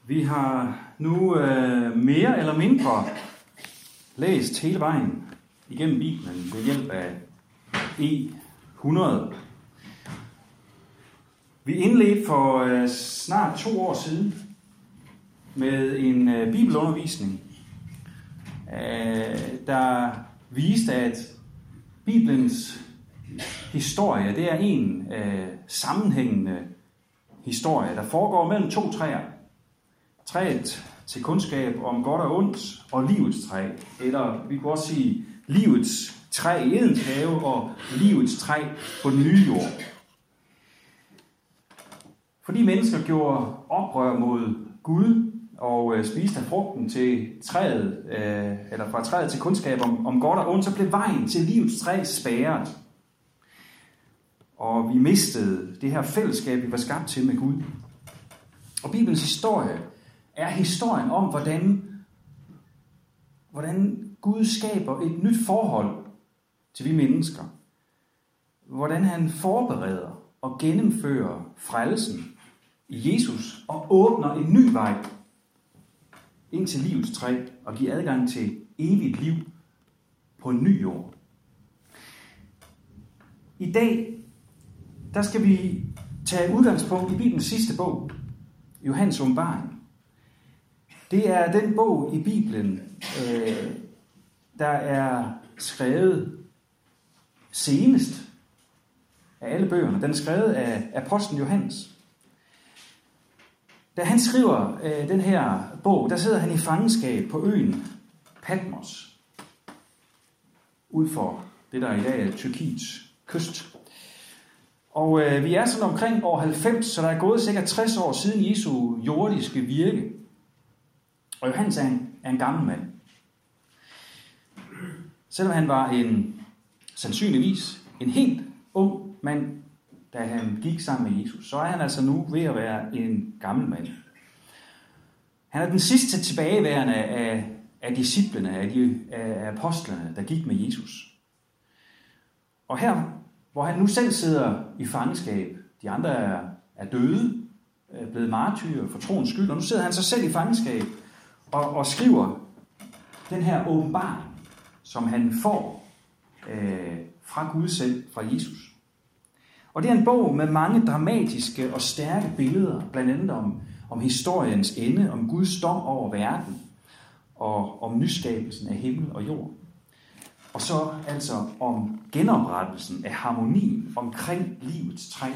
Vi har nu mere eller mindre læst hele vejen igennem Bibelen ved hjælp af E100. Vi indledte for snart 2 år siden med en bibelundervisning, der viste, at Bibelens historie, det er en sammenhængende historie, der foregår mellem 2 træer. Træet til kundskab om godt og ondt, og livets træ. Eller vi kunne også sige livets træ i Edens have, og livets træ på den nye jord. Fordi mennesker gjorde oprør mod Gud og spiste af frugten til træet, eller fra træet til kundskab om godt og ondt, så blev vejen til livets træ spærret. Og vi mistede det her fællesskab, vi var skabt til med Gud. Og Bibelens historie er historien om, hvordan Gud skaber et nyt forhold til vi mennesker. Hvordan han forbereder og gennemfører frelsen i Jesus og åbner en ny vej ind til livets træ og giver adgang til evigt liv på en ny jord. I dag, der skal vi tage udgangspunkt i Bibelens sidste bog, Johannes Åbenbaring. Det er den bog i Bibelen, der er skrevet senest af alle bøgerne. Den er skrevet af apostlen Johannes. Da han skriver den her bog, der sidder han i fangenskab på øen Patmos, ud for det, der i dag er Tyrkiets kyst. Og vi er sådan omkring år 90, så der er gået sikkert 60 år siden Jesu jordiske virke. Og Johannes er en gammel mand. Selvom han var sandsynligvis en helt ung mand, da han gik sammen med Jesus, så er han altså nu ved at være en gammel mand. Han er den sidste tilbageværende af disciplene, af apostlene, der gik med Jesus. Og her, hvor han nu selv sidder i fangenskab, de andre er døde, er blevet martyrer for troens skyld, og nu sidder han så selv i fangenskab og skriver den her åbenbaring, som han får fra Gud selv, fra Jesus. Og det er en bog med mange dramatiske og stærke billeder, blandt andet om historiens ende, om Guds dom over verden, og om nyskabelsen af himmel og jord. Og så altså om genoprettelsen af harmonien omkring livets træ.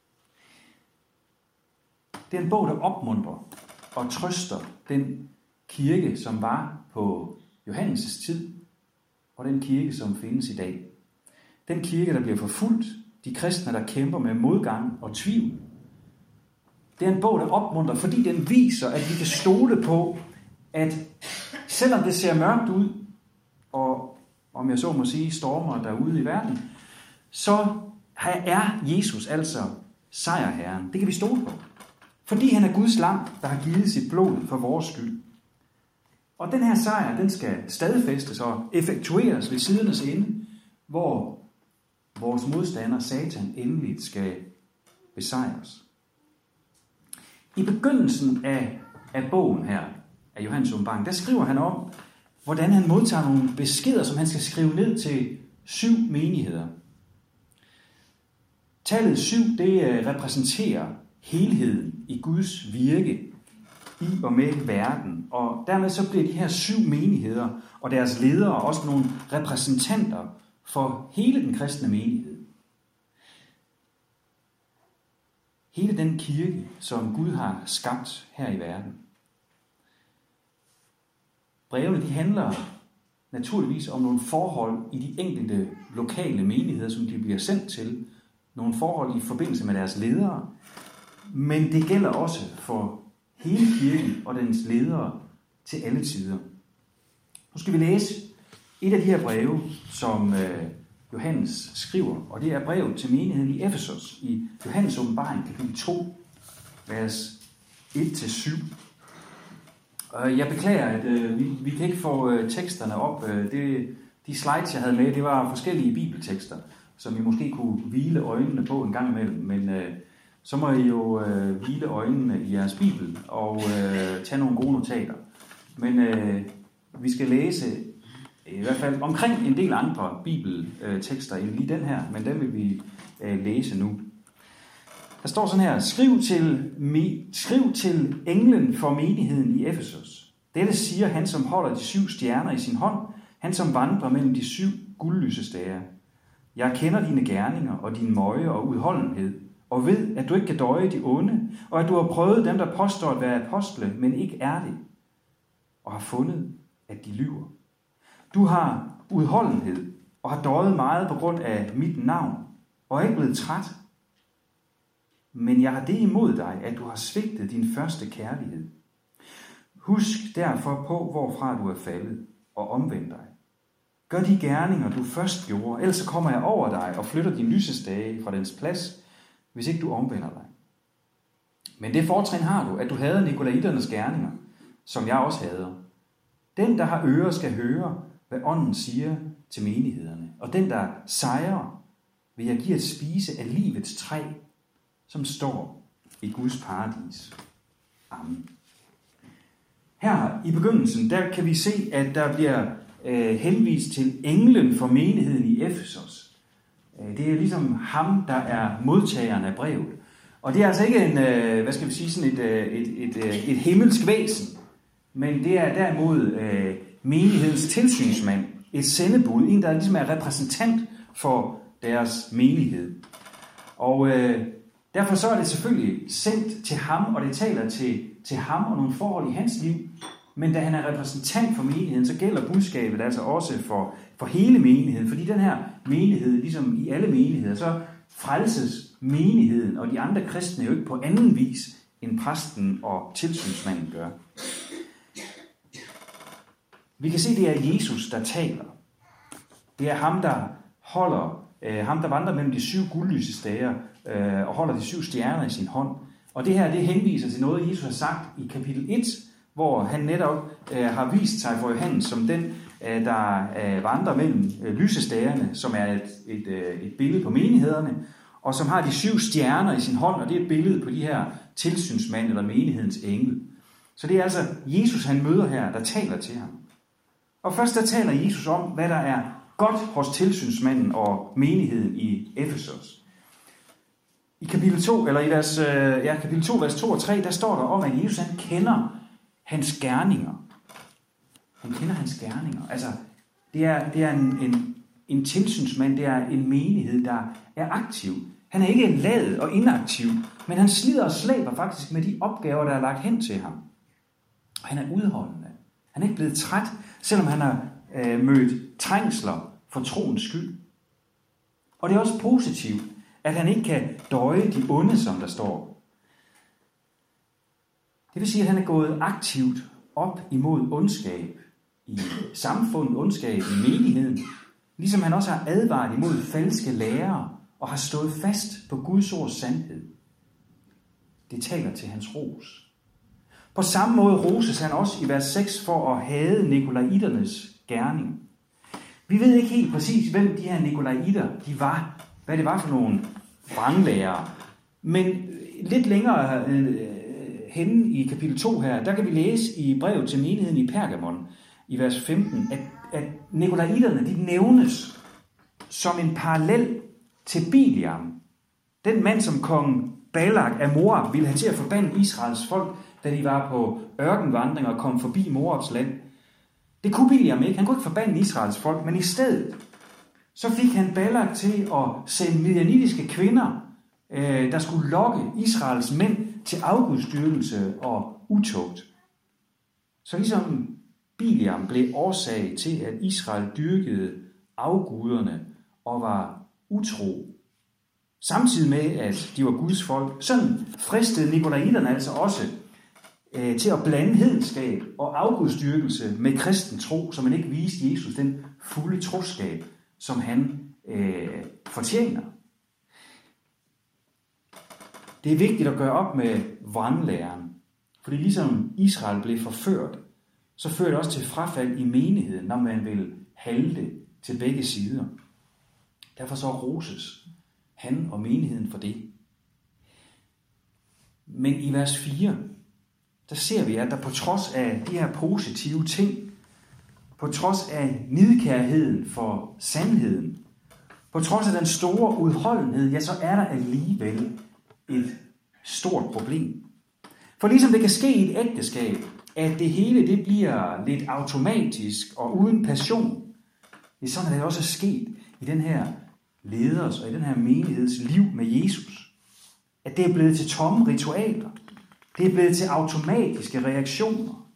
Det er en bog, der opmuntrer og trøster den kirke, som var på Johannes' tid, og den kirke, som findes i dag. Den kirke, der bliver forfulgt, de kristne, der kæmper med modgang og tvivl. Det er en bog, der opmuntrer, fordi den viser, at vi kan stole på, at selvom det ser mørkt ud, og om jeg så må sige stormer derude i verden, så er Jesus altså sejrherren. Det kan vi stole på. Fordi han er Guds lam, der har givet sit blod for vores skyld. Og den her sejr, den skal stadfæstes og effektueres ved sidernes ende, hvor vores modstander, Satan, endeligt skal besejres. I begyndelsen af bogen her, af Johannes Åbenbaring, der skriver han om, hvordan han modtager nogle beskeder, som han skal skrive ned til 7 menigheder. Tallet 7, det repræsenterer helheden i Guds virke i og med verden. Og dermed så bliver de her 7 menigheder og deres ledere også nogle repræsentanter for hele den kristne menighed. Hele den kirke, som Gud har skabt her i verden. Brevene, de handler naturligvis om nogle forhold i de enkelte lokale menigheder, som de bliver sendt til. Nogle forhold i forbindelse med deres ledere. Men det gælder også for hele kirken og dens ledere til alle tider. Nu skal vi læse et af de her breve, som Johannes skriver, og det er brevet til menigheden i Efesos i Johannes Åbenbaring, kapitel 2, vers 1-7. Jeg beklager, at vi kan ikke få teksterne op. De slides, jeg havde med, det var forskellige bibeltekster, som vi måske kunne hvile øjnene på en gang imellem, så må I jo hvile øjnene i jeres bibel og tage nogle gode notater. Men vi skal læse i hvert fald omkring en del andre bibeltekster end lige den her, men den vil vi læse nu. Der står sådan her: Skriv til englen for menigheden i Efesos. Dette siger han, som holder de 7 stjerner i sin hånd, han som vandrer mellem de 7 guldlysestager. Jeg kender dine gerninger og din møje og udholdenhed, og ved, at du ikke kan døje de onde, og at du har prøvet dem, der påstår at være apostle, men ikke er det, og har fundet, at de lyver. Du har udholdenhed og har døjet meget på grund af mit navn, og er ikke blevet træt. Men jeg har det imod dig, at du har svigtet din første kærlighed. Husk derfor på, hvorfra du er faldet, og omvend dig. Gør de gerninger, du først gjorde, ellers så kommer jeg over dig og flytter din lysestage fra dens plads, hvis ikke du omvender dig. Men det fortrin har du, at du hader nikolaiternes gerninger, som jeg også hader. Den, der har ører, skal høre, hvad ånden siger til menighederne. Og den, der sejrer, vil jeg give at spise af livets træ, som står i Guds paradis. Amen. Her i begyndelsen, der kan vi se, at der bliver henvist til englen for menigheden i Efesos. Det er ligesom ham, der er modtageren af brevet. Og det er altså ikke sådan et himmelsk væsen, men det er derimod menighedens tilsynsmand, et sendebud, en der ligesom er repræsentant for deres menighed. Og derfor så er det selvfølgelig sendt til ham, og det taler til ham og nogle forhold i hans liv. Men da han er repræsentant for menigheden, så gælder budskabet altså også for hele menigheden. Fordi den her menighed, ligesom i alle menigheder, så frelses menigheden og de andre kristne jo ikke på anden vis, end præsten og tilsynsmanden gør. Vi kan se, det er Jesus, der taler. Det er ham, der vandrer mellem de 7 guldlysestager og holder de 7 stjerner i sin hånd. Og det her, det henviser til noget, Jesus har sagt i kapitel 1, hvor han netop har vist sig for Johannes som den, der vandrer mellem lysestagerne, som er et billede på menighederne, og som har de 7 stjerner i sin hånd, og det er et billede på de her tilsynsmand eller menighedens engel. Så det er altså Jesus, han møder her, der taler til ham. Og først der taler Jesus om, hvad der er godt hos tilsynsmanden og menigheden i Efesos. I kapitel 2, kapitel 2, vers 2 og 3, der står der om, at Jesus han kender hans gerninger. Han kender hans gerninger. Altså, det er en tilsynsmand, det er en menighed, der er aktiv. Han er ikke lad og inaktiv, men han slider og slæber faktisk med de opgaver, der er lagt hen til ham. Og han er udholdende. Han er ikke blevet træt, selvom han har mødt trængsler for troens skyld. Og det er også positivt, at han ikke kan døje de onde, som der står. Det vil sige, at han er gået aktivt op imod ondskab i samfundet, ondskab i menigheden, ligesom han også har advaret imod falske lærere og har stået fast på Guds ords sandhed. Det taler til hans ros. På samme måde roses han også i vers 6 for at hade nikolaiternes gerning. Vi ved ikke helt præcis, hvem de her nikolaiter de var, hvad det var for nogle vranglærere. Men lidt længere henne i kapitel 2 her, der kan vi læse i brevet til menigheden i Pergamon, i vers 15, at nikolaiterne de nævnes som en parallel til Biliam. Den mand, som kong Balak af Moab ville have til at forbande Israels folk, da de var på ørkenvandring og kom forbi Moabs land. Det kunne Biliam ikke. Han kunne ikke forbande Israels folk, men i stedet så fik han Balak til at sende midianitiske kvinder, der skulle lokke Israels mænd til afgudstyrkelse og utugt. Så ligesom Biliam blev årsag til, at Israel dyrkede afguderne og var utro, samtidig med, at de var Guds folk, sådan fristede nikolaiterne altså også til at blande hedenskab og afgudstyrkelse med kristen tro, så man ikke viste Jesus den fulde troskab, som han fortjener. Det er vigtigt at gøre op med vranglæren, fordi ligesom Israel blev forført, så fører det også til frafald i menigheden, når man vil halte til begge sider. Derfor så roses han og menigheden for det. Men i vers 4, der ser vi, at der på trods af de her positive ting, på trods af nidkærheden for sandheden, på trods af den store udholdenhed, ja, så er der alligevel et stort problem. For ligesom det kan ske i et ægteskab, at det hele det bliver lidt automatisk og uden passion, ja, så er det også sket i den her leders og i den her menigheds liv med Jesus. At det er blevet til tomme ritualer. Det er blevet til automatiske reaktioner.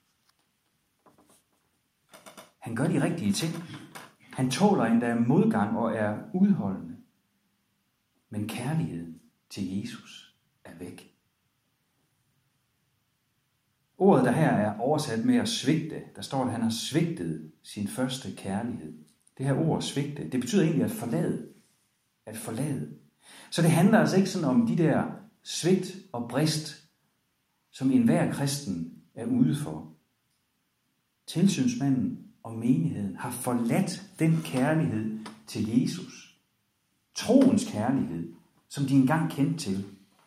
Han gør de rigtige ting. Han tåler endda modgang og er udholdende. Men kærligheden til Jesus er væk. Ordet der her er oversat med at svigte. Der står, at han har svigtet sin første kærlighed. Det her ord svigte, det betyder egentlig at forlade. At forlade. Så det handler altså ikke sådan om de der svigt og brist, som enhver kristen er ude for. Tilsynsmanden og menigheden har forladt den kærlighed til Jesus. Troens kærlighed, som de engang kendte til.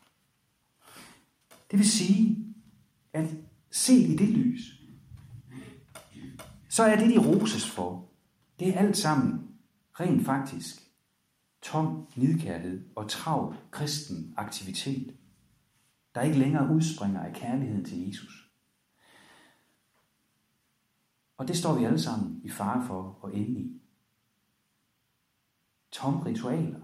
Det vil sige, at se i det lys, så er det, de roses for, det er alt sammen rent faktisk tom nidkærhed og travl kristen aktivitet, der ikke længere udspringer af kærligheden til Jesus. Og det står vi alle sammen i fare for at ende i. Tomme ritualer.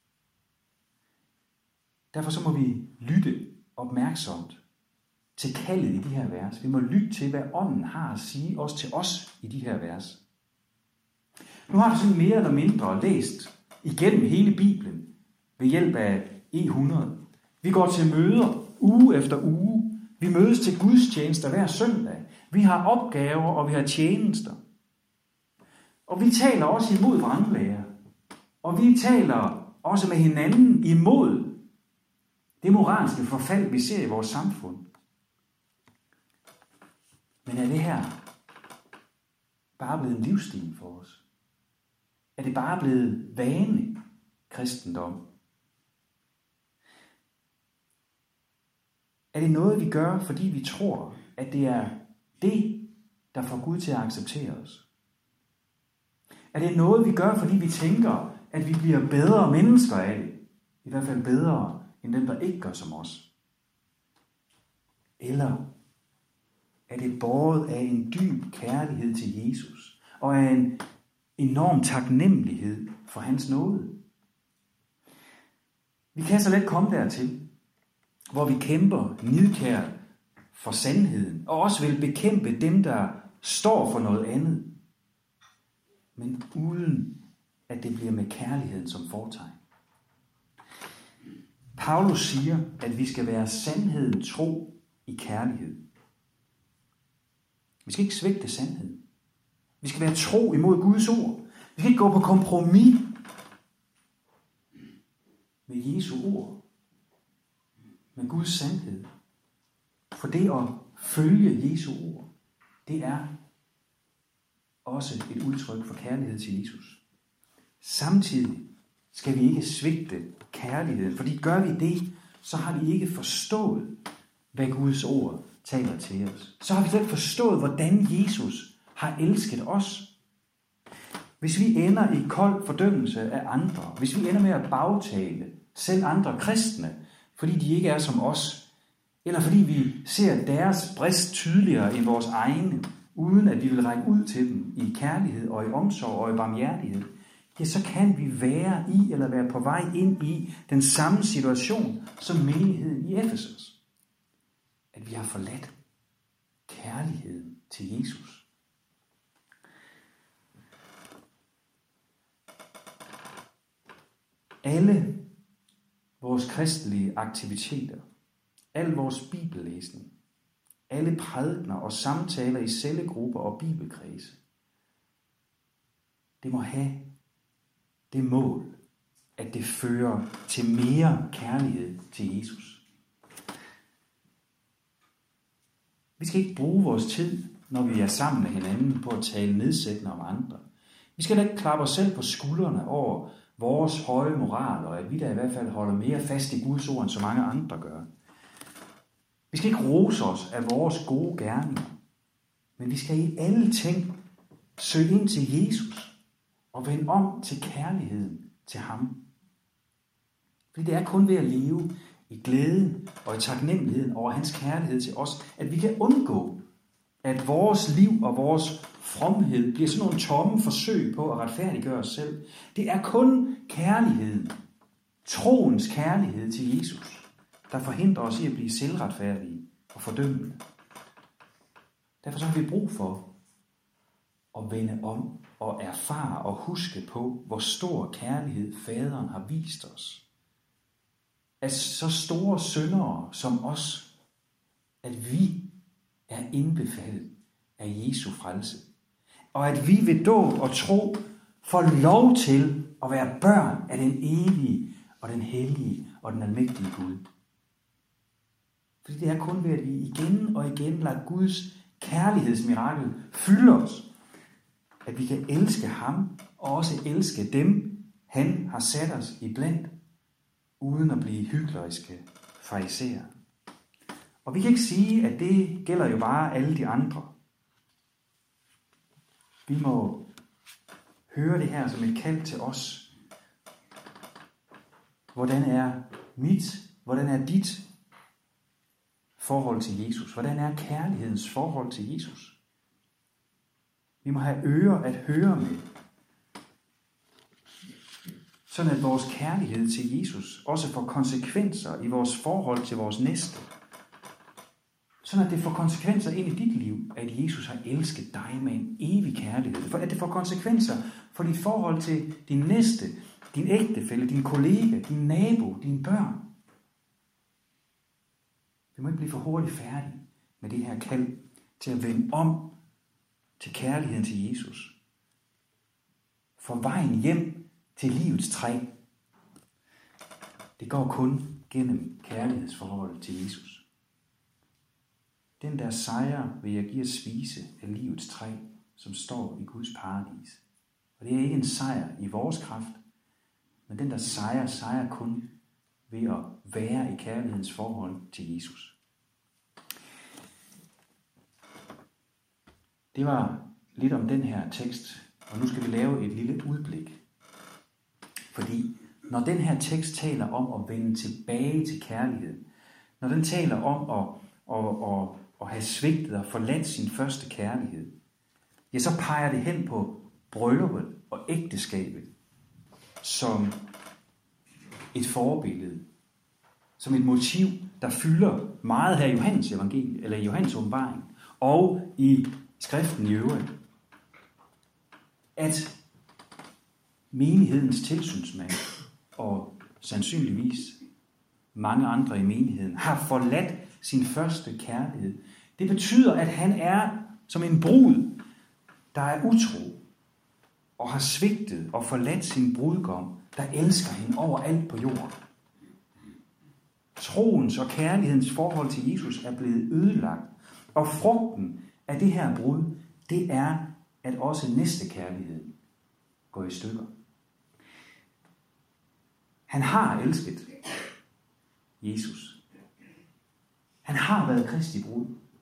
Derfor så må vi lytte opmærksomt til kaldet i de her vers. Vi må lytte til, hvad ånden har at sige også til os i de her vers. Nu har du sådan mere eller mindre læst igennem hele Bibelen ved hjælp af E100. Vi går til møder uge efter uge. Vi mødes til gudstjenester hver søndag. Vi har opgaver, og vi har tjenester. Og vi taler også imod vranglærer. Og vi taler også med hinanden imod det moralske forfald, vi ser i vores samfund. Men er det her bare blevet en livsstil for os? Er det bare blevet vane kristendom? Er det noget, vi gør, fordi vi tror, at det er det, der får Gud til at acceptere os? Er det noget, vi gør, fordi vi tænker, at vi bliver bedre mennesker af det? I hvert fald bedre end dem, der ikke gør som os? Eller er det båret af en dyb kærlighed til Jesus og af en enorm taknemmelighed for hans nåde? Vi kan så let komme dertil, hvor vi kæmper nidkært for sandheden, og også vil bekæmpe dem, der står for noget andet, men uden at det bliver med kærligheden som fortegn. Paulus siger, at vi skal være sandheden tro i kærlighed. Vi skal ikke svigte sandheden. Vi skal være tro imod Guds ord. Vi skal ikke gå på kompromis med Jesu ord, med Guds sandhed. For det at følge Jesu ord, det er også et udtryk for kærlighed til Jesus. Samtidig skal vi ikke svigte kærligheden, fordi gør vi det, så har vi ikke forstået, hvad Guds ord taler til os. Så har vi slet forstået, hvordan Jesus har elsket os. Hvis vi ender i kold fordømmelse af andre, hvis vi ender med at bagtale selv andre kristne, fordi de ikke er som os, eller fordi vi ser deres brist tydeligere end vores egne, uden at vi vil række ud til dem i kærlighed og i omsorg og i barmhjertighed, ja, så kan vi være i eller være på vej ind i den samme situation som menigheden i Efesos. At vi har forladt kærligheden til Jesus. Alle vores kristelige aktiviteter, al vores bibellæsning, alle prædikener og samtaler i cellegrupper og bibelkredse, det må have det mål, at det fører til mere kærlighed til Jesus. Vi skal ikke bruge vores tid, når vi er sammen med hinanden, på at tale nedsættende om andre. Vi skal da ikke klappe os selv på skuldrene over vores høje moral, og at vi da i hvert fald holder mere fast i Guds ord, end så mange andre gør. Vi skal ikke rose os af vores gode gerninger, men vi skal i alle ting søge ind til Jesus og vende om til kærligheden til ham. Fordi det er kun ved at leve i glæden og i taknemmeligheden over hans kærlighed til os, at vi kan undgå, at vores liv og vores fromhed bliver sådan nogle tomme forsøg på at retfærdiggøre os selv. Det er kun kærligheden, troens kærlighed til Jesus, der forhindrer os i at blive selvretfærdige og fordømmende. Derfor så har vi brug for at vende om og erfare og huske på, hvor stor kærlighed faderen har vist os. At så store syndere som os, at vi er indbefattet af Jesu frelse. Og at vi ved dåb og tro får lov til at være børn af den evige og den hellige og den almægtige Gud. Fordi det er kun ved, at vi igen og igen lader Guds kærlighedsmirakel fylde os, at vi kan elske ham og også elske dem, han har sat os i blandt, uden at blive hykleriske farisæere. Og vi kan ikke sige, at det gælder jo bare alle de andre. Vi må høre det her som et kald til os. Hvordan er dit forhold til Jesus? Hvordan er kærlighedens forhold til Jesus? Vi må have ører at høre med, sådan at vores kærlighed til Jesus også får konsekvenser i vores forhold til vores næste. Sådan at det får konsekvenser ind i dit liv, at Jesus har elsket dig med en evig kærlighed. For at det får konsekvenser for dit forhold til din næste, din ægtefælle, din kollega, din nabo, dine børn. Vi må ikke blive for hurtigt færdige med det her kald til at vende om til kærligheden til Jesus. For vejen hjem til livets træ, det går kun gennem kærlighedsforholdet til Jesus. Den der sejr vil jeg give at spise af livets træ, som står i Guds paradis. Og det er ikke en sejr i vores kraft, men den der sejrer kun ved at være i kærlighedens forhold til Jesus. Det var lidt om den her tekst, og nu skal vi lave et lille udblik. Fordi når den her tekst taler om at vende tilbage til kærligheden, når den taler om at have svigtet og forladt sin første kærlighed, ja, så peger det hen på brylluppet og ægteskabet som et forbillede, som et motiv, der fylder meget her i Johannes evangeliet, eller i Johannes åbenbaring, og i skriften i øvrigt. At menighedens tilsynsmand og sandsynligvis mange andre i menigheden har forladt sin første kærlighed. Det betyder, at han er som en brud, der er utro og har svigtet og forladt sin brudgom, der elsker hende over alt på jorden. Troens og kærlighedens forhold til Jesus er blevet ødelagt, og frugten af det her brud, det er, at også næstekærligheden går i stykker. Han har elsket Jesus. Han har været Kristi brud.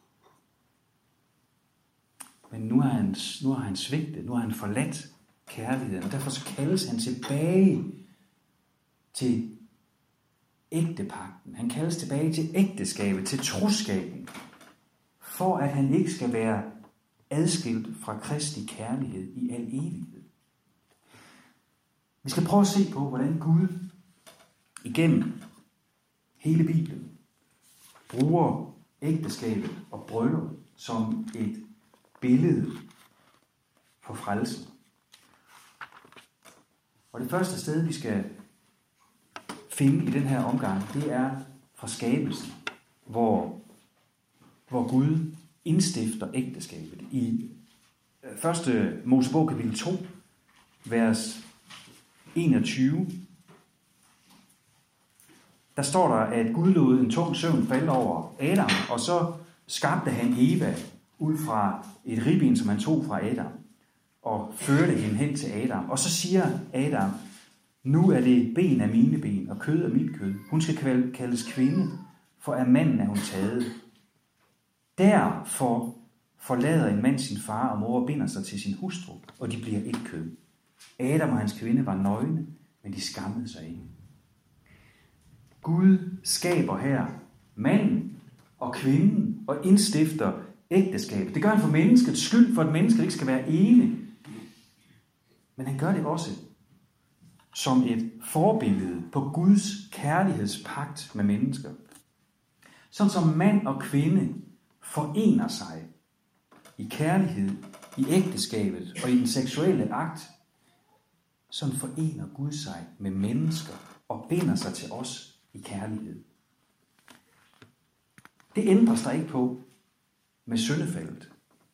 Men nu har han svigtet, nu har han forladt kærligheden, og derfor så kaldes han tilbage til ægtepagten. Han kaldes tilbage til ægteskabet, til troskaben, for at han ikke skal være adskilt fra Kristi kærlighed i al evighed. Vi skal prøve at se på, hvordan Gud igennem hele Bibelen bruger ægteskabet og bryllup som et billede for frelsen. Og det første sted, vi skal finde i den her omgang, det er fra skabelsen, hvor Gud indstifter ægteskabet. I 1. Mosebog kapitel 2, vers 21, der står der, at Gud lod en tung søvn falde over Adam, og så skabte han Eva ud fra et ribben, som han tog fra Adam, og førte hende hen til Adam. Og så siger Adam, nu er det ben af mine ben, og kød af mit kød. Hun skal kaldes kvinde, for af manden er hun taget. Derfor forlader en mand sin far og mor og binder sig til sin hustru, og de bliver et kød. Adam og hans kvinde var nøgne, men de skammede sig ikke. Gud skaber her manden og kvinden og indstifter ægteskabet. Det gør han for menneskets skyld, for at mennesket ikke skal være ene. Men han gør det også som et forbillede på Guds kærlighedspagt med mennesker. Sådan som mand og kvinde forener sig i kærlighed, i ægteskabet og i den seksuelle akt, sådan forener Gud sig med mennesker og binder sig til os i kærlighed. Det ændres der ikke på med syndefaldet.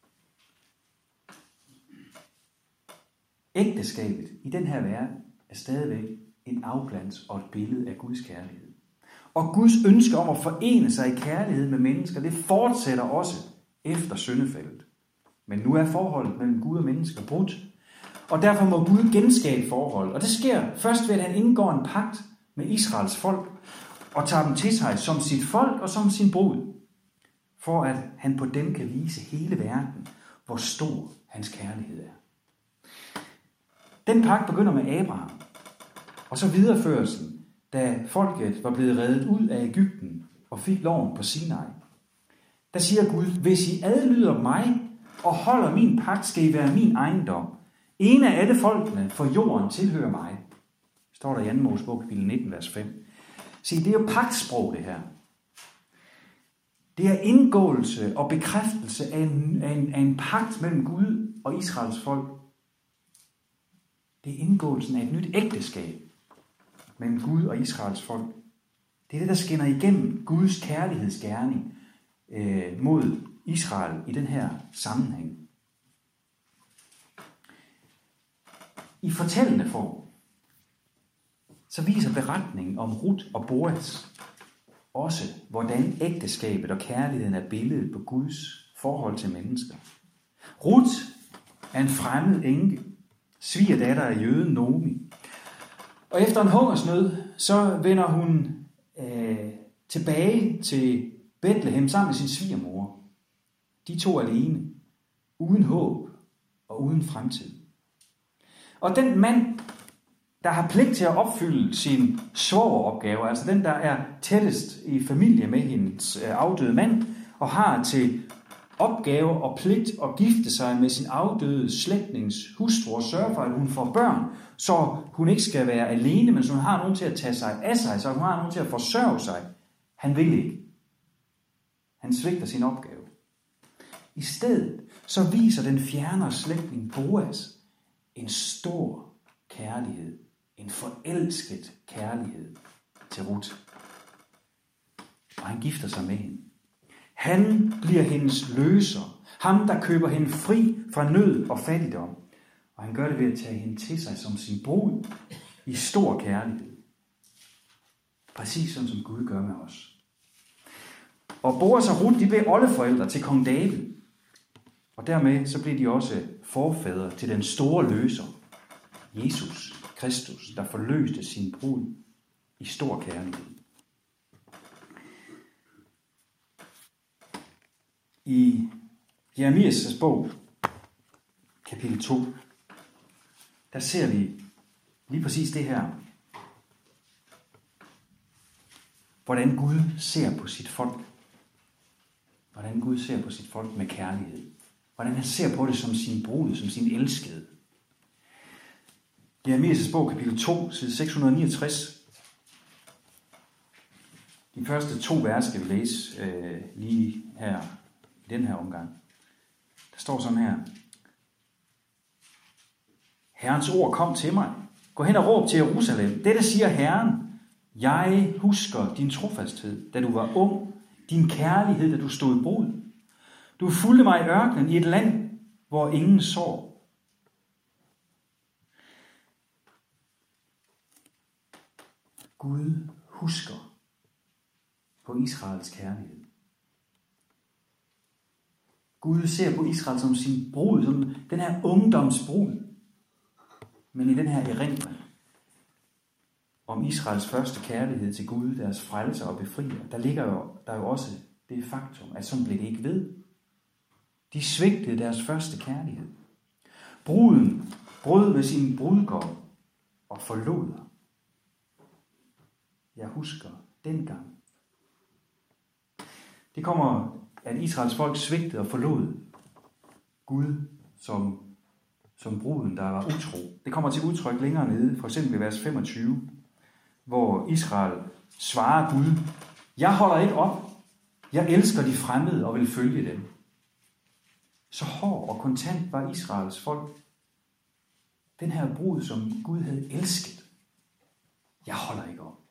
Ægteskabet i den her verden er stadigvæk en afglans og et billede af Guds kærlighed. Og Guds ønske om at forene sig i kærlighed med mennesker, det fortsætter også efter syndefaldet. Men nu er forholdet mellem Gud og mennesker brudt, og derfor må Gud genskabe forholdet. Og det sker først ved, at han indgår en pagt med Israels folk, og tager dem til sig som sit folk og som sin brud, for at han på dem kan vise hele verden, hvor stor hans kærlighed er. Den pagt begynder med Abraham, og så videreførelsen, da folket var blevet reddet ud af Egypten og fik loven på Sinai. Der siger Gud, hvis I adlyder mig og holder min pagt, skal I være min ejendom. En af alle folkene for jorden tilhører mig. Står der i 2. Mosebog kapitel 19, vers 5. Se, det er jo pagtsprog, det her. Det er indgåelse og bekræftelse af en pagt mellem Gud og Israels folk. Det er indgåelsen af et nyt ægteskab mellem Gud og Israels folk. Det er det, der skinner igennem Guds kærlighedsgerning mod Israel i den her sammenhæng. I fortællende form, så viser beretningen om Ruth og Boaz også, hvordan ægteskabet og kærligheden er billedet på Guds forhold til mennesker. Ruth er en fremmed enke, svigerdatter af jøden Naomi. Og efter en hungersnød, så vender hun tilbage til Bethlehem sammen med sin svigermor. De to alene, uden håb og uden fremtid. Og den mand, der har pligt til at opfylde sin svogeropgave, altså den, der er tættest i familie med hendes afdøde mand, og har til opgave og pligt at gifte sig med sin afdøde slægtnings hustru og sørge for, at hun får børn, så hun ikke skal være alene, men så hun har nogen til at tage sig af sig, så hun har nogen til at forsørge sig. Han vil ikke. Han svigter sin opgave. I stedet så viser den fjernere slægtning Boaz en stor kærlighed, en forelsket kærlighed til Ruth. Og han gifter sig med hende. Han bliver hendes løser. Ham, der køber hende fri fra nød og fattigdom. Og han gør det ved at tage hende til sig som sin brud i stor kærlighed. Præcis sådan, som Gud gør med os. Og Boaz og Ruth, de blev oldeforældre til kong David. Og dermed så blev de også forfædre til den store løser, Jesus Kristus, der forløste sin brud i stor kærlighed. I Jeremias bog, kapitel 2, der ser vi lige præcis det her. Hvordan Gud ser på sit folk. Hvordan Gud ser på sit folk med kærlighed. Hvordan han ser på det som sin brud, som sin elskede. Jeremias bog, kapitel 2, side 669. De første 2 vers skal vi læse lige her i den her omgang. Der står sådan her. Herrens ord kom til mig. Gå hen og råb til Jerusalem. Dette siger Herren. Jeg husker din trofasthed, da du var ung. Din kærlighed, da du stod i brud. Du fulgte mig i ørkenen i et land, hvor ingen sov. Gud husker på Israels kærlighed. Gud ser på Israel som sin brud, som den her ungdomsbrud, men i den her erindring om Israels første kærlighed til Gud, deres frelser og befrier, der ligger jo også det faktum, at sådan blev det ikke ved. De svigtede deres første kærlighed. Bruden brød med sin brudgom og forlod. Jeg husker dengang. Det kommer, at Israels folk svigtede og forlod Gud som bruden, der var utro. Det kommer til udtryk længere nede, for eksempel i vers 25, hvor Israel svarer Gud, jeg holder ikke op. Jeg elsker de fremmede og vil følge dem. Så hård og kontant var Israels folk. Den her brud, som Gud havde elsket. Jeg holder ikke op.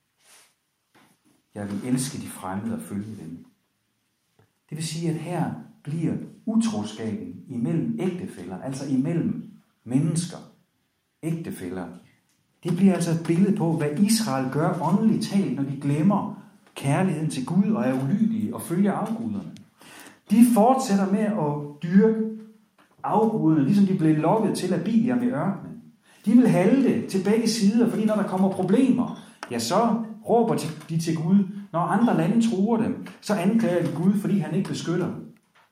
Jeg vil elske de fremmede og følge dem. Det vil sige, at her bliver utroskaben imellem ægtefæller, altså imellem mennesker, ægtefæller. Det bliver altså et billede på, hvad Israel gør åndeligt talt, når de glemmer kærligheden til Gud og er ulydige og følger afguderne. De fortsætter med at dyrke afguderne, ligesom de blev lokket til af Biliam i ørkenen. De vil halte til begge sider, fordi når der kommer problemer, ja, så råber de til Gud. Når andre lande truer dem, så anklager de Gud, fordi han ikke beskytter dem.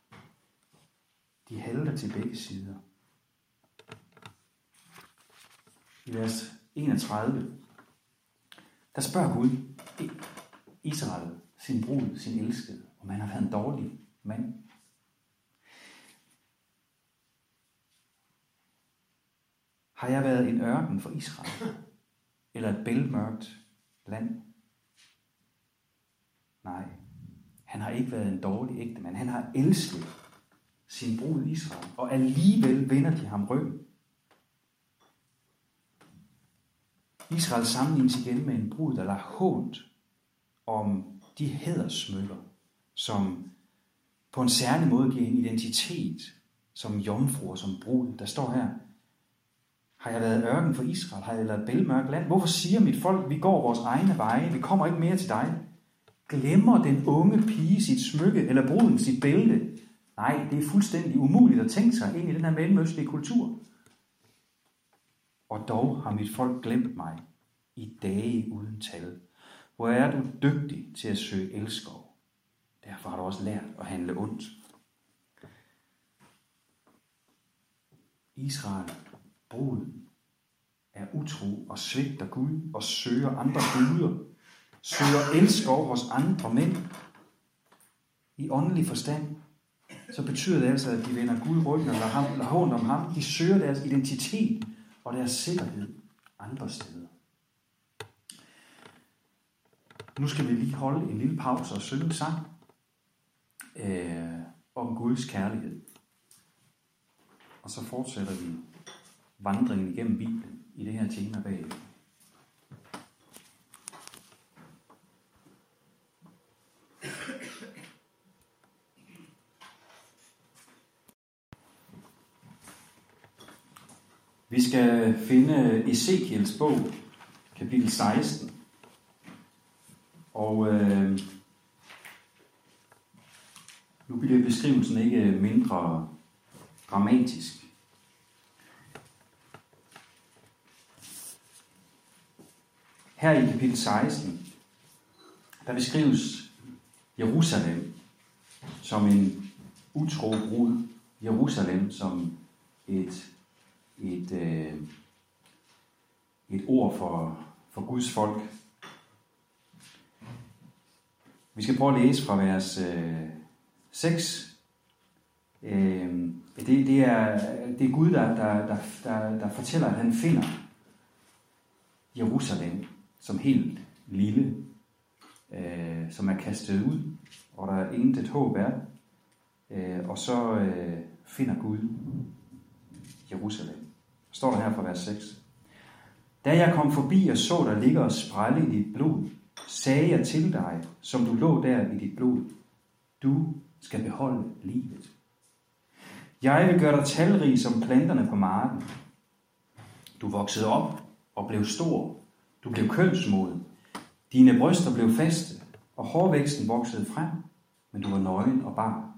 De halter til begge sider. I vers 31, der spørger Gud Israel, sin brud, sin elskede, om han har været en dårlig mand. Har jeg været en ørken for Israel? Eller et bælmørkt land? Nej, han har ikke været en dårlig ægtemand. Han har elsket sin brud Israel, og alligevel vender de ham ryggen. Israel sammenlignes igen med en brud, der lader hånt om de hæderssmykker, som på en særlig måde giver en identitet som jomfru og som brud. Der står her, har jeg været ørken for Israel? Har jeg været bælmørkt land? Hvorfor siger mit folk, vi går vores egne veje? Vi kommer ikke mere til dig. Glemmer den unge pige sit smykke, eller bruden sit bælte? Nej, det er fuldstændig umuligt at tænke sig ind i den her mellemøstlige kultur. Og dog har mit folk glemt mig i dage uden tal. Hvor er du dygtig til at søge elskov. Derfor har du også lært at handle ondt. Israel, bruden, er utro og svigter Gud og søger andre guder. Søger elskov hos andre mænd. I åndelig forstand, så betyder det altså, at de vender Gud ryggen og lader hånd om ham. De søger deres identitet og deres sikkerhed andre steder. Nu skal vi lige holde en lille pause og synge sang om Guds kærlighed. Og så fortsætter vi vandringen igennem Bibelen i det her tema bagefter. Vi skal finde Ezekiels bog, kapitel 16. Og nu bliver beskrivelsen ikke mindre dramatisk. Her i kapitel 16, der beskrives Jerusalem som en utro brud. Jerusalem som et ord for Guds folk. Vi skal prøve at læse fra vers 6. Det er Gud, der fortæller, at han finder Jerusalem som helt lille, som er kastet ud, og der er intet håb er. Og så finder Gud Jerusalem. Står der her fra vers 6. Da jeg kom forbi og så der ligger og sprælle i dit blod, sagde jeg til dig, som du lå der i dit blod, du skal beholde livet. Jeg vil gøre dig talrig som planterne på marken. Du voksede op og blev stor. Du blev kønsmoden. Dine bryster blev faste, og hårvæksten voksede frem, men du var nøgen og bar.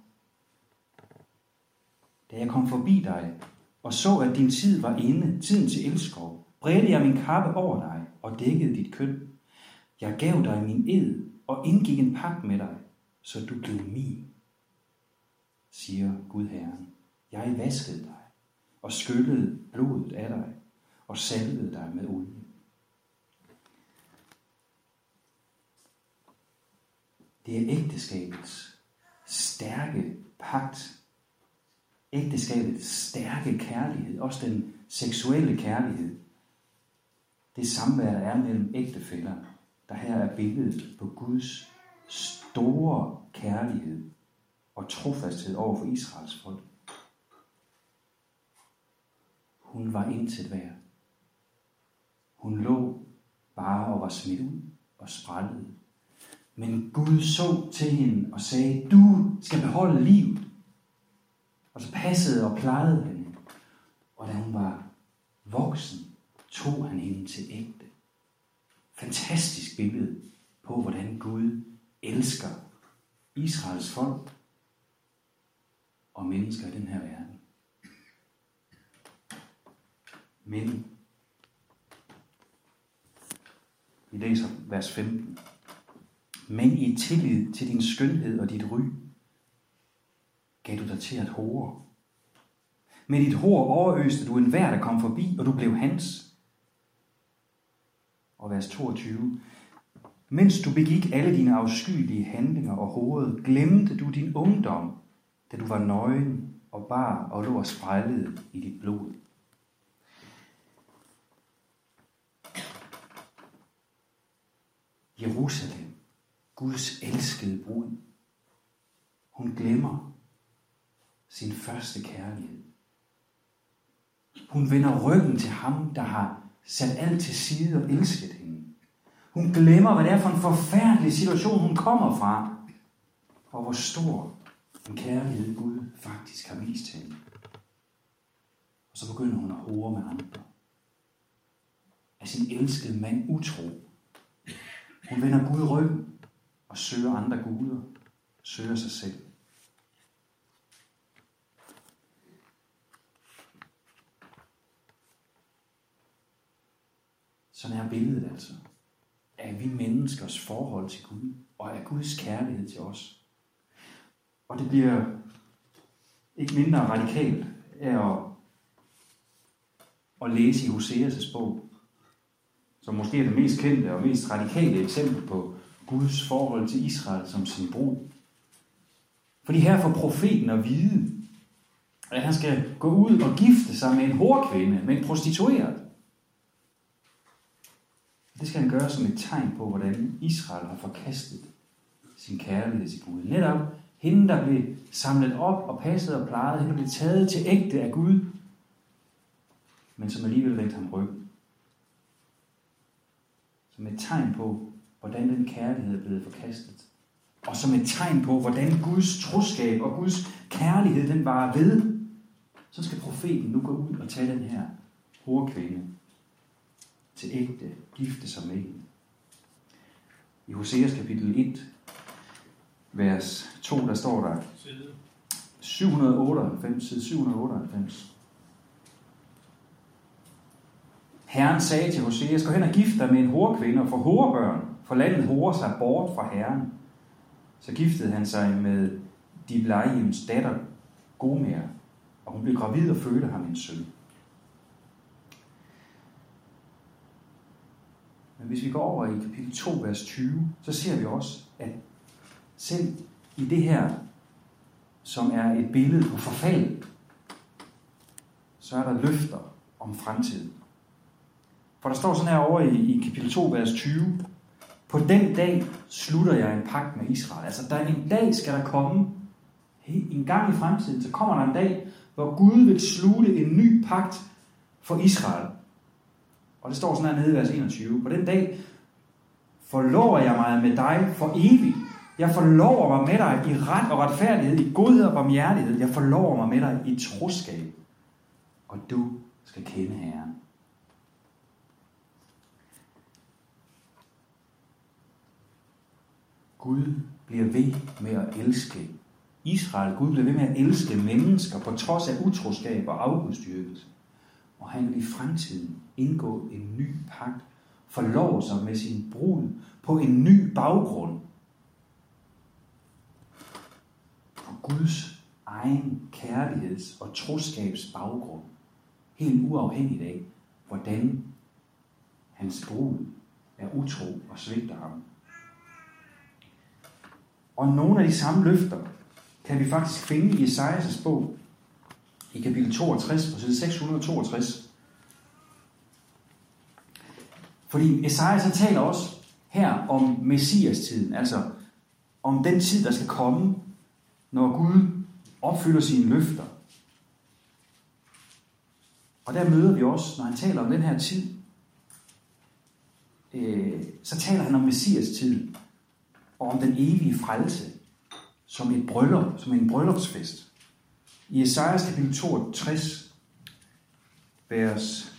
Da jeg kom forbi dig og så, at din tid var inde, tiden til elskov, bredte jeg min kappe over dig og dækkede dit køn. Jeg gav dig min ed og indgik en pagt med dig, så du blev min, siger Gud Herren. Jeg vaskede dig og skyllede blodet af dig og salvede dig med olie. Det er ægteskabets stærke pagt. Ægteskabets stærke kærlighed, også den seksuelle kærlighed. Det samvær, der er mellem ægtefæller, der her er billedet på Guds store kærlighed og trofasthed over for Israels folk. Hun var intet værd. Hun lå bare og var smidt ud og sprællede. Men Gud så til hende og sagde, du skal beholde livet. Og så passede og plejede hende. Og da hun var voksen, tog han hende til ægte. Fantastisk billede på, hvordan Gud elsker Israels folk og mennesker i den her verden. Men vi læser vers 15. Men i tillid til din skønhed og dit ry, gav du dig til at hore. Med dit hår overøste du enhver, der kom forbi, og du blev hans. Og vers 22. Mens du begik alle dine afskyelige handlinger og hovedet, glemte du din ungdom, da du var nøgen og bar og lå og sprællede i dit blod. Jerusalem, Guds elskede brud. Hun glemmer sin første kærlighed. Hun vender ryggen til ham, der har sat alt til side og elsket hende. Hun glemmer, hvad det er for en forfærdelig situation, hun kommer fra, og hvor stor en kærlighed Gud faktisk har vist hende. Og så begynder hun at hore med andre. Er sin elskede mand utro. Hun vender Gud ryggen og søger andre guder, søger sig selv. Sådan er billedet altså af vi menneskers forhold til Gud og af Guds kærlighed til os. Og det bliver ikke mindre radikalt af at læse i Hoseas' bog, som måske er det mest kendte og mest radikale eksempel på Guds forhold til Israel som sin brud. Fordi her får profeten at vide, at han skal gå ud og gifte sig med en horkvinde, med en prostitueret. Det skal han gøre som et tegn på, hvordan Israel har forkastet sin kærlighed til Gud. Netop hende, der blev samlet op og passet og plejet, hende, der blev taget til ægte af Gud, men som alligevel vendte ham ryggen. Som et tegn på, hvordan den kærlighed er blevet forkastet. Og som et tegn på, hvordan Guds troskab og Guds kærlighed, den varer ved. Så skal profeten nu gå ud og tage den her horkvinde til ægte, gifte sig med hende. I Hoseas kapitel 1, vers 2, der står der 798, side 798. Herren sagde til Hoseas, gå hen og gift dig med en horkvinde og få horebørn, for landet horer sig bort fra Herren. Så giftede han sig med Diblajims datter Gomer, og hun blev gravid og fødte ham en søn. Men hvis vi går over i kapitel 2, vers 20, så ser vi også, at selv i det her, som er et billede på forfald, så er der løfter om fremtiden. For der står sådan her over i kapitel 2, vers 20, på den dag slutter jeg en pagt med Israel. Altså der en dag skal der komme, en gang i fremtiden, så kommer der en dag, hvor Gud vil slutte en ny pagt for Israel. Og det står sådan her nede i vers 21. På den dag forlover jeg mig med dig for evigt. Jeg forlover mig med dig i ret og retfærdighed, i godhed og barmhjertighed. Jeg forlover mig med dig i troskab. Og du skal kende Herren. Gud bliver ved med at elske Israel. Gud bliver ved med at elske mennesker på trods af utroskab og afgudstyrkelse. Og han vil i fremtiden indgå en ny pagt forlover sig med sin brud på en ny baggrund. På Guds egen kærligheds- og troskabs baggrund. Helt uafhængigt af, hvordan hans brud er utro og svigter ham. Og nogle af de samme løfter kan vi faktisk finde i Esajas bog i kapitel 62 på side 662. Fordi Esajas han taler også her om Messias-tiden, altså om den tid, der skal komme, når Gud opfylder sine løfter. Og der møder vi også, når han taler om den her tid, så taler han om Messias-tiden og om den evige frelse som et bryllup, som en bryllupsfest. I Esajas kapitel 62, vers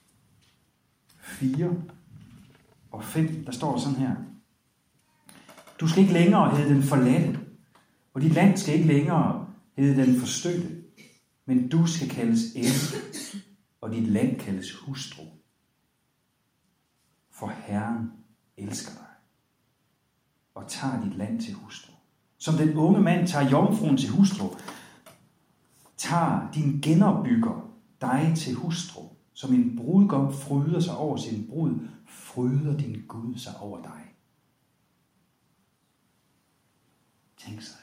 4 og 5, der står der sådan her. Du skal ikke længere hedde den forladte, og dit land skal ikke længere hedde den forstødte, men du skal kaldes elsket, og dit land kaldes hustru. For Herren elsker dig, og tager dit land til hustru. Som den unge mand tager jomfruen til hustru, tager din genopbygger dig til hustru. Som en brudgom fryder sig over sin brud, fryder din Gud sig over dig. Tænk sig.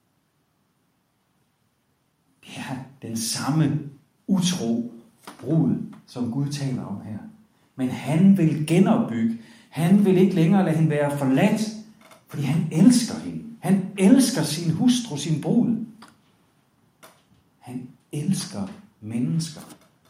Det er den samme utro brud, som Gud taler om her. Men han vil genopbygge. Han vil ikke længere lade hende være forladt, fordi han elsker hende. Han elsker sin hustru, sin brud. Han elsker mennesker.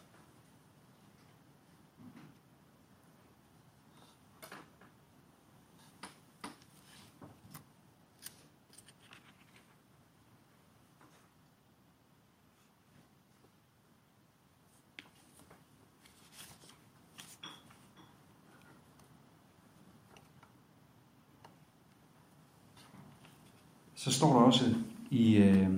Så står der også i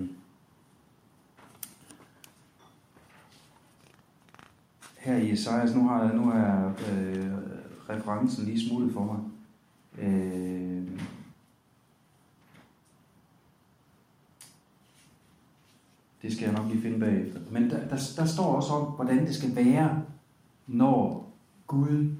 her i Esajas, nu er referencen lige smuttet for mig. Det skal jeg nok lige finde bagefter. Men der står også om, hvordan det skal være, når Gud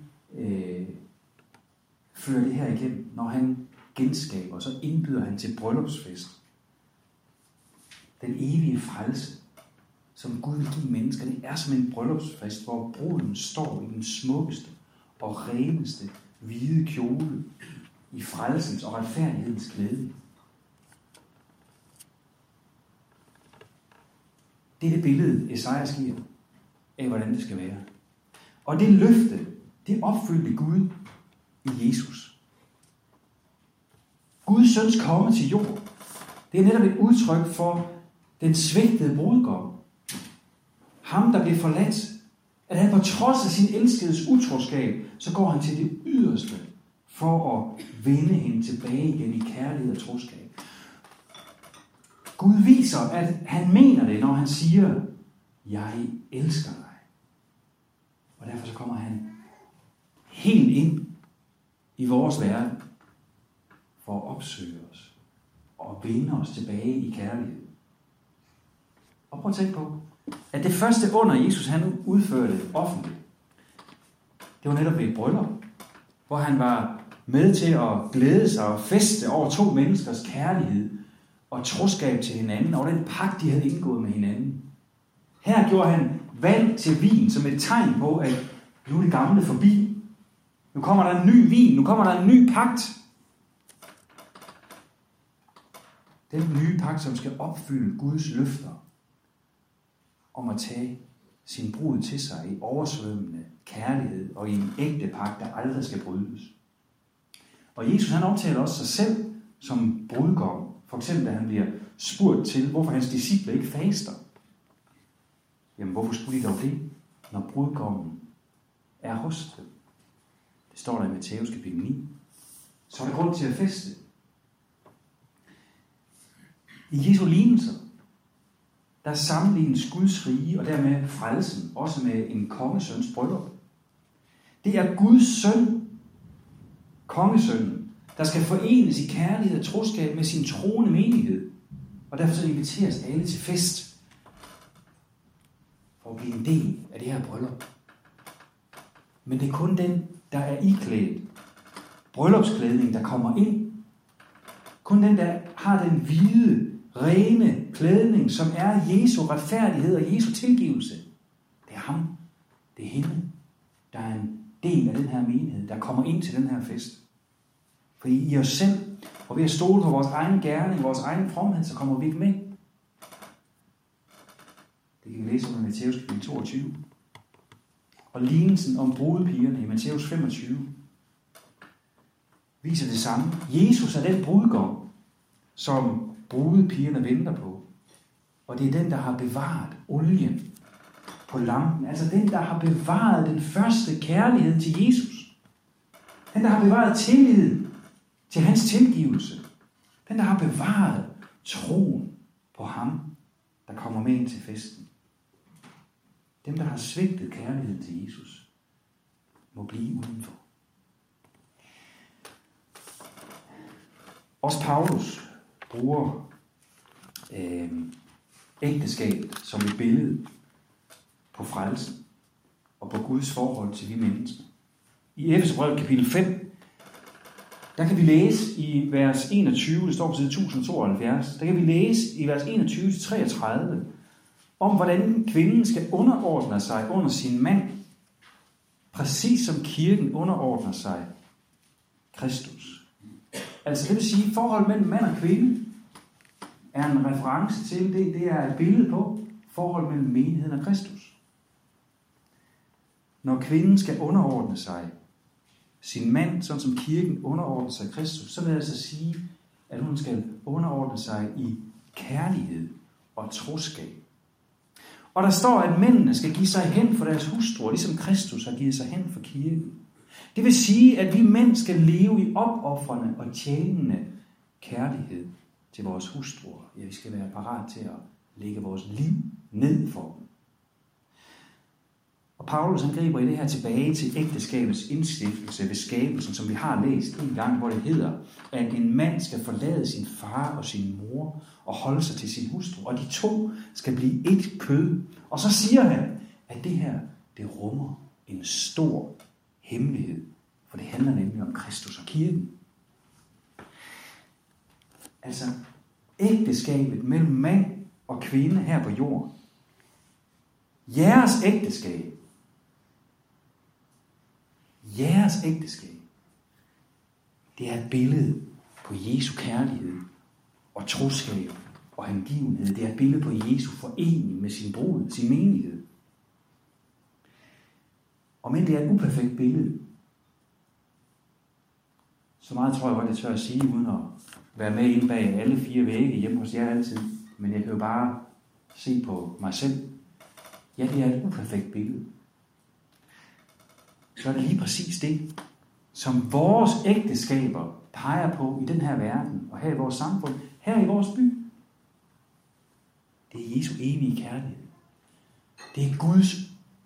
fører det her igennem, når han genskaber, så indbyder han til bryllupsfest. Den evige frelse, som Gud vil give mennesker, det er som en bryllupsfest, hvor bruden står i den smukkeste og reneste hvide kjole i frelsens og retfærdighedens glæde. Det er det billede, Esajas giver af, hvordan det skal være. Og det løfte, det opfyldte Gud i Jesus. Guds søns komme til jord, det er netop et udtryk for den svigtede brudgom. Ham, der bliver forladt, at han på trods af sin elskedes utroskab, så går han til det yderste for at vinde hende tilbage igen i kærlighed og troskab. Gud viser, at han mener det, når han siger, jeg elsker dig. Og derfor så kommer han helt ind i vores verden for at opsøge os og vinde os tilbage i kærlighed. Og prøv at tænke på, at det første under Jesus han udførte offentligt, det var netop ved et bryllup, hvor han var med til at glæde sig og feste over to menneskers kærlighed og troskab til hinanden, og den pagt, de havde indgået med hinanden. Her gjorde han vand til vin som et tegn på, at nu er det gamle forbi. Nu kommer der en ny vin, nu kommer der en ny pagt. Den nye pagt, som skal opfylde Guds løfter om at tage sin brud til sig i oversvømmende kærlighed og i en ægte pagt, der aldrig skal brydes. Og Jesus han omtaler også sig selv som brudgom. For eksempel, da han bliver spurgt til, hvorfor hans disciple ikke faster. Jamen, hvorfor skulle de dog det, når brudgommen er hos dem? Det står der i Matthæus kapitel 9. Så er der grund til at feste. I Jesu lignelser, der sammenlignes Guds rige og dermed frelsen, også med en kongesøns bryllup. Det er Guds søn, kongesønnen, der skal forenes i kærlighed og troskab med sin troende menighed. Og derfor så inviteres alle til fest for at blive en del af det her bryllup. Men det er kun den, der er iklædt bryllupsklædning, der kommer ind. Kun den, der har den hvide, rene klædning, som er Jesu retfærdighed og Jesu tilgivelse. Det er ham. Det er hende, der er en del af den her menighed, der kommer ind til den her fest. For i os selv, og ved at stole på vores egen gerning, vores egen fromhed, så kommer vi ikke med. Det kan vi læse om i Matthæus kapitel 22. Og lignelsen om brudepigerne i Matthæus 25 viser det samme. Jesus er den brudgom, som brudepigerne venter på. Og det er den, der har bevaret olien på lampen. Altså den, der har bevaret den første kærlighed til Jesus. Den, der har bevaret tillid til hans tilgivelse. Den, der har bevaret troen på ham, der kommer med ind til festen. Dem, der har svigtet kærligheden til Jesus, må blive udenfor. Også Paulus bruger ægteskabet som et billede på frelsen og på Guds forhold til vi mennesker. I Efeserbrevet kapitel 5, der kan vi læse i vers 21, det står på side 1072, der kan vi læse i vers 21-33, om hvordan kvinden skal underordne sig under sin mand, præcis som kirken underordner sig Kristus. Altså det vil sige, at forholdet mellem mand og kvinde er en reference til det er et billede på forholdet mellem menigheden og Kristus. Når kvinden skal underordne sig sin mand, sådan som kirken underordner sig Kristus, så vil det altså sige, at hun skal underordne sig i kærlighed og troskab. Og der står, at mændene skal give sig hen for deres hustruer, ligesom Kristus har givet sig hen for kirken. Det vil sige, at vi mænd skal leve i opoffrende og tjenende kærlighed til vores hustruer. Ja, vi skal være parat til at lægge vores liv ned for dem. Og Paulus han griber i det her tilbage til ægteskabets indstiftelse ved skabelsen, som vi har læst en gang, hvor det hedder, at en mand skal forlade sin far og sin mor og holde sig til sin hustru, og de to skal blive et kød. Og så siger han, at det her, det rummer en stor hemmelighed, for det handler nemlig om Kristus og kirken. Altså, ægteskabet mellem mand og kvinde her på jorden. Jeres ægteskab, det er et billede på Jesu kærlighed og troskab og hengivenhed. Det er et billede på Jesu forening med sin brud, sin menighed. Og men det er et uperfekt billede. Så meget tror jeg godt, jeg tør at sige, uden at være med inde bag alle 4 vægge hjemme hos jer altid. Men jeg kan jo bare se på mig selv. Ja, det er et uperfekt billede. Så er det lige præcis det, som vores ægteskaber peger på i den her verden, og her i vores samfund, her i vores by. Det er Jesu evige kærlighed. Det er Guds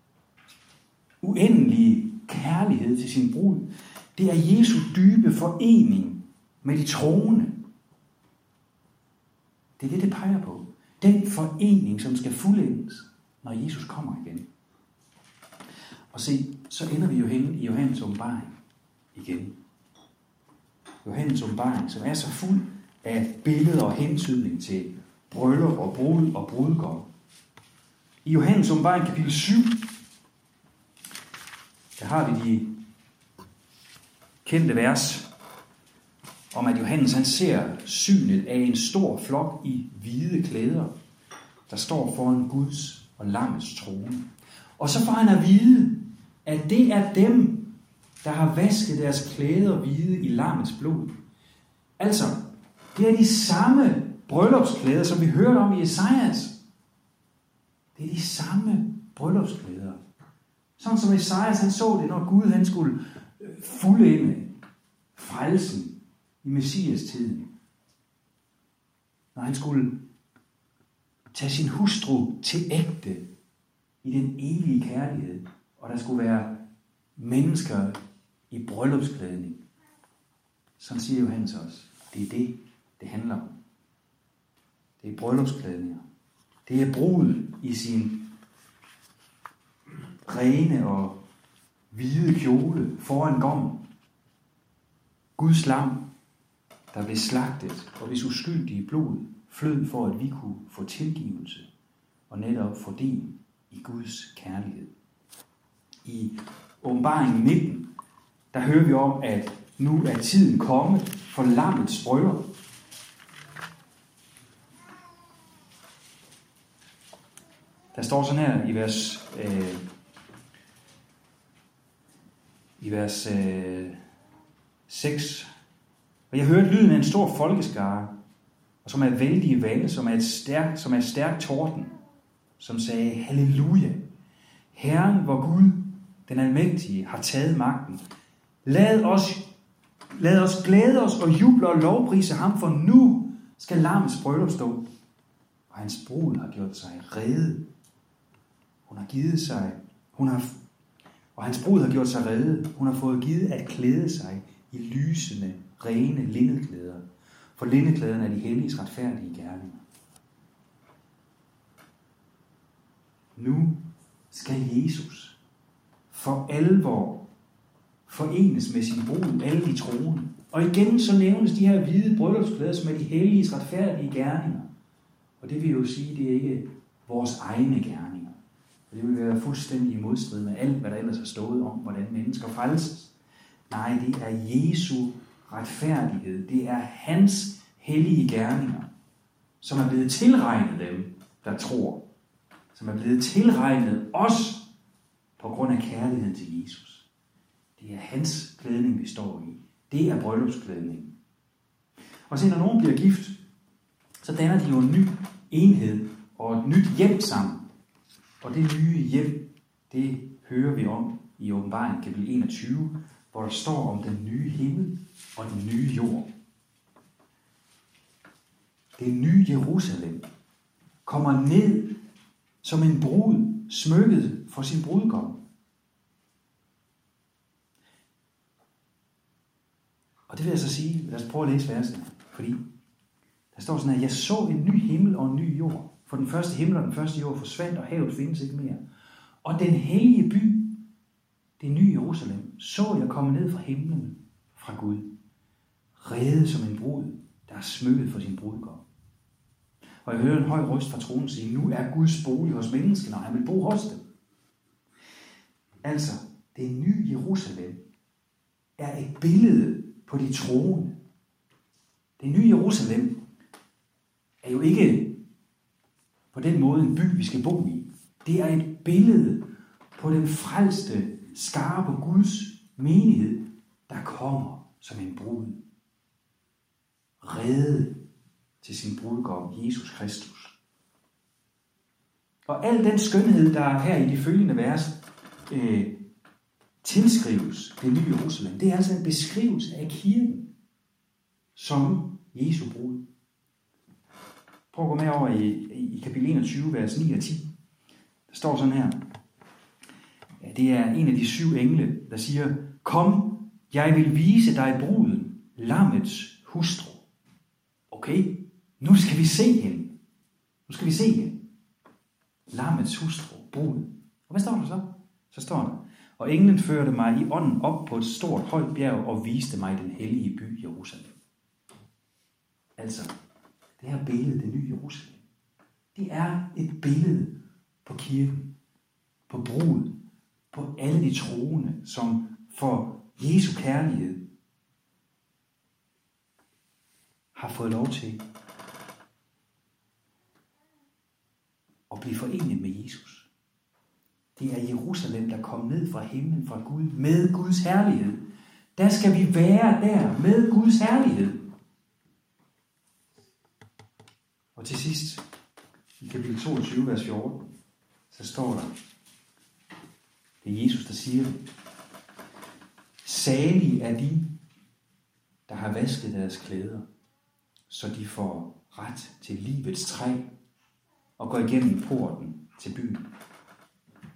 uendelige kærlighed til sin brud. Det er Jesu dybe forening med de troende. Det er det peger på. Den forening, som skal fuldendes, når Jesus kommer igen. Og se, så ender vi jo henne i Johannes åbenbaring igen. Johannes åbenbaring, som er så fuld af billeder og hentydning til bryllup og brud og brudgom. I Johannes åbenbaring kapitel 7, der har vi de kendte vers om, at Johannes han ser synet af en stor flok i hvide klæder, der står foran Guds og lammets trone. Og så får han at vide, at det er dem, der har vasket deres klæder hvide i lammets blod. Altså, det er de samme bryllupsklæder, som vi hørte om i Esajas. Det er de samme bryllupsklæder. Sådan som Esajas han så det, når Gud han skulle fuldende frelsen i Messias-tiden. Når han skulle tage sin hustru til ægte i den evige kærlighed, og der skulle være mennesker i bryllupsklædning. Sådan siger Johannes også. Det er det handler om. Det er bryllupsklædninger. Det er brudet i sin rene og hvide kjole foran gommen. Guds lam, der blev slagtet, og hvis uskyldige blod flød for, at vi kunne få tilgivelse og netop få del i Guds kærlighed. I Åbenbaringen 19, der hører vi om, at nu er tiden kommet for lammets bryllup. Der står sådan her i vers 6. Og jeg hørte lyden af en stor folkeskare, og som er vældige vande, som er et stærkt torden, som sagde, halleluja, Herren, vor Gud, den almægtige, har taget magten. Lad os glæde os og juble og lovprise ham, for nu skal lammets bryllup stå. Og hans brud har gjort sig rede. Og hans brud har gjort sig rede. Hun har fået givet at klæde sig i lysende, rene linnedklæder. For linnedklæderne er de helliges retfærdige gerninger. Nu skal Jesus for alvor forenes med sin brud, alle de troende. Og igen så nævnes de her hvide bryllupsklæder, som er de helliges retfærdige gerninger. Og det vil jo sige, det er ikke vores egne gerninger. Det vil være fuldstændig i modstrid med alt, hvad der ellers har stået om, hvordan mennesker frelses. Nej, det er Jesu retfærdighed. Det er hans hellige gerninger, som er blevet tilregnet dem, der tror. Som er blevet tilregnet os på grund af kærligheden til Jesus. Det er hans klædning, vi står i. Det er bryllupsklædningen. Og så når nogen bliver gift, så danner de jo en ny enhed og et nyt hjem sammen. Og det nye hjem, det hører vi om i Åbenbaringen kapitel 21, hvor der står om den nye himmel og den nye jord. Det nye Jerusalem kommer ned som en brud smykket for sin brudgom. Og det vil jeg så sige, lad os prøve at læse versene, fordi der står sådan her, jeg så en ny himmel og en ny jord. For den første himmel og den første jord forsvandt, og havet findes ikke mere. Og den hellige by, det nye Jerusalem, så jeg komme ned fra himlen fra Gud. Rede som en brud, der er smykket for sin brudgom. Og jeg hører en høj røst fra tronen sige, nu er Guds bolig hos menneskene, og han vil bo hos dem. Altså, det nye Jerusalem er et billede på de troende. Det nye Jerusalem er jo ikke på den måde en by, vi skal bo i. Det er et billede på den frelste skare på Guds menighed, der kommer som en brud. Rede til sin brudgom, Jesus Kristus. Og al den skønhed, der er her i de følgende vers, tilskrives det nye Jerusalem. Det er altså en beskrivelse af kirken som Jesu brud. Prøv at gå med over i kapitel 21, vers 9 og 10. Der står sådan her. Ja, det er en af de 7 engle, der siger, kom, jeg vil vise dig bruden, lammets hustru. Okay, nu skal vi se hende. Lammets hustru, bruden. Og hvad står der så? Så står der, og englen førte mig i ånden op på et stort højt bjerg og viste mig den hellige by Jerusalem. Altså, det her billede, det nye Jerusalem, det er et billede på kirken, på brud, på alle de troende, som for Jesu kærlighed har fået lov til at blive forenet med Jesus. Det er Jerusalem, der kom ned fra himlen fra Gud med Guds herlighed. Der skal vi være der med Guds herlighed. Og til sidst, i kapitel 22, vers 14, så står der, det er Jesus, der siger det. Salige er de, der har vasket deres klæder, så de får ret til livets træ og går igennem porten til byen.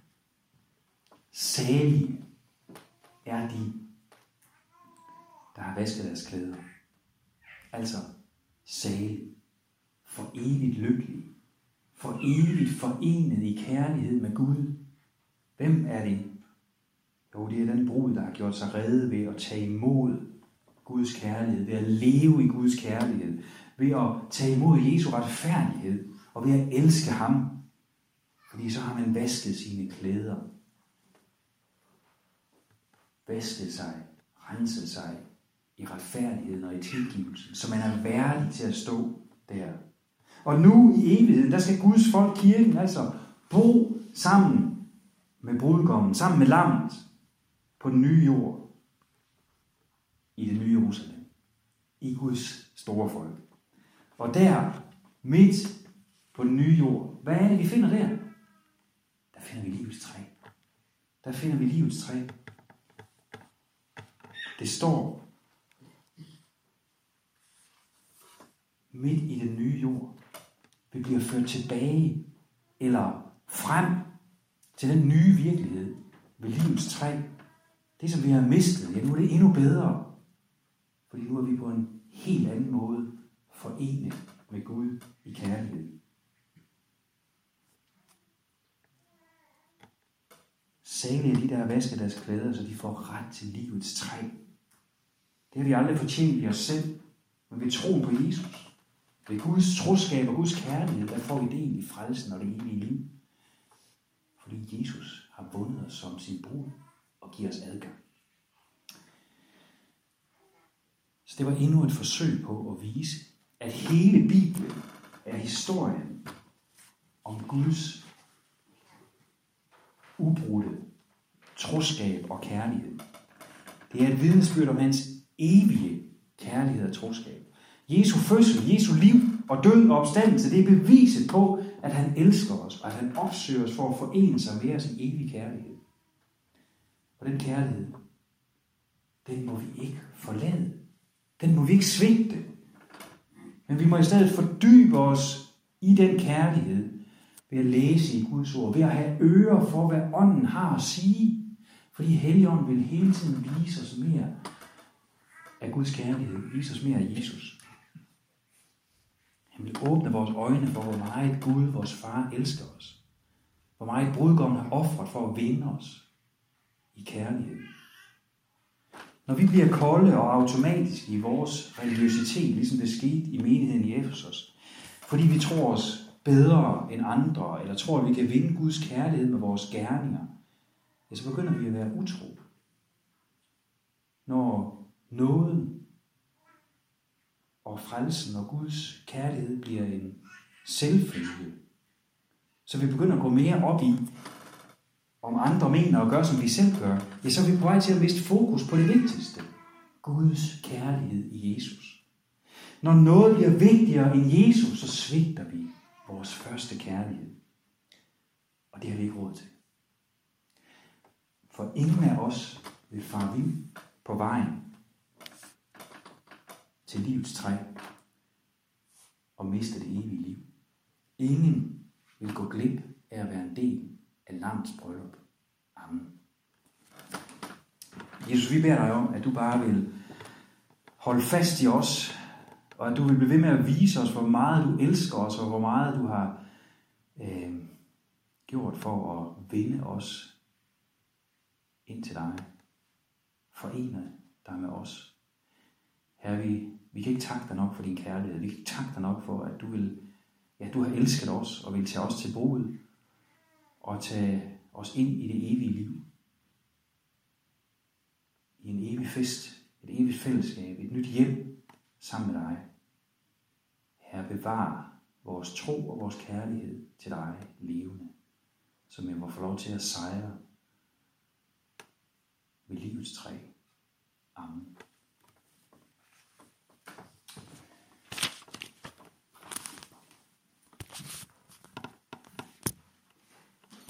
Salige er de, der har vasket deres klæder. Altså salig, for evigt lykkelig, for evigt forenet i kærlighed med Gud. Hvem er det? Jo, det er den brud, der har gjort sig rede ved at tage imod Guds kærlighed, ved at leve i Guds kærlighed, ved at tage imod Jesu retfærdighed, og ved at elske ham. Fordi så har man vasket sine klæder. Vasket sig, renset sig i retfærdigheden og i tilgivelsen, så man er værdig til at stå der. Og nu i evigheden, der skal Guds folk, kirken, altså bo sammen med brudgommen, sammen med lammet på den nye jord, i det nye Jerusalem, i Guds store folk. Og der, midt på den nye jord, hvad er det, vi finder der? Der finder vi livets træ. Der finder vi livets træ. Det står midt i den nye jord. Vi bliver ført tilbage eller frem til den nye virkelighed ved livets træ. Det, som vi har mistet, ja, nu er det endnu bedre. Fordi nu er vi på en helt anden måde forenet med Gud i kærlighed. Salige er de, der har vasket deres klæder, så de får ret til livets træ. Det har vi aldrig fortjent i os selv, men ved troen på Jesus. Ved Guds troskab og Guds kærlighed, der får vi del i frelsen og det evige liv. Fordi Jesus har vundet os som sin brud og giver os adgang. Så det var endnu et forsøg på at vise, at hele Bibelen er historien om Guds ubrudte troskab og kærlighed. Det er et vidnesbyrd om hans evige kærlighed og troskab. Jesu fødsel, Jesu liv og død og opstandelse, det er beviset på, at han elsker os, og at han opsøger os for at forene sig med os i evig kærlighed. Og den kærlighed, den må vi ikke forlade. Den må vi ikke svigte. Men vi må i stedet fordybe os i den kærlighed ved at læse i Guds ord, ved at have ører for, hvad ånden har at sige. Fordi Helligånden vil hele tiden vise os mere af Guds kærlighed, vise os mere af Jesus. Han vil åbne vores øjne for, hvor meget Gud, vores far, elsker os. Hvor meget brudgommen har ofret for at vinde os i kærlighed. Når vi bliver kolde og automatiske i vores religiøsitet, ligesom det skete i menigheden i Efesos, fordi vi tror os bedre end andre, eller tror, at vi kan vinde Guds kærlighed med vores gerninger, ja, så begynder vi at være utro. Når nåden og frelsen og Guds kærlighed bliver en selvfølge, så vi begynder at gå mere op i, om andre mener og gør, som vi selv gør, ja, så er vi på vej til at miste fokus på det vigtigste. Guds kærlighed i Jesus. Når noget bliver vigtigere end Jesus, så svigter vi vores første kærlighed. Og det har vi ikke råd til. For ingen af os vil fare vild på vejen til livets træ og miste det evige liv. Ingen vil gå glip af at være en del af lammets bryllup. Amen. Jesus, vi beder dig om, at du bare vil holde fast i os, og at du vil blive ved med at vise os, hvor meget du elsker os, og hvor meget du har gjort for at vinde os ind til dig. Forene dig med os. Herre, vi kan ikke takke dig nok for din kærlighed. Vi kan ikke takke dig nok for, at du har elsket os og vil tage os til boet og tage os ind i det evige liv. I en evig fest, et evigt fællesskab, et nyt hjem sammen med dig. Herre, bevar vores tro og vores kærlighed til dig levende, så vi må få lov til at sejre ved livets træ.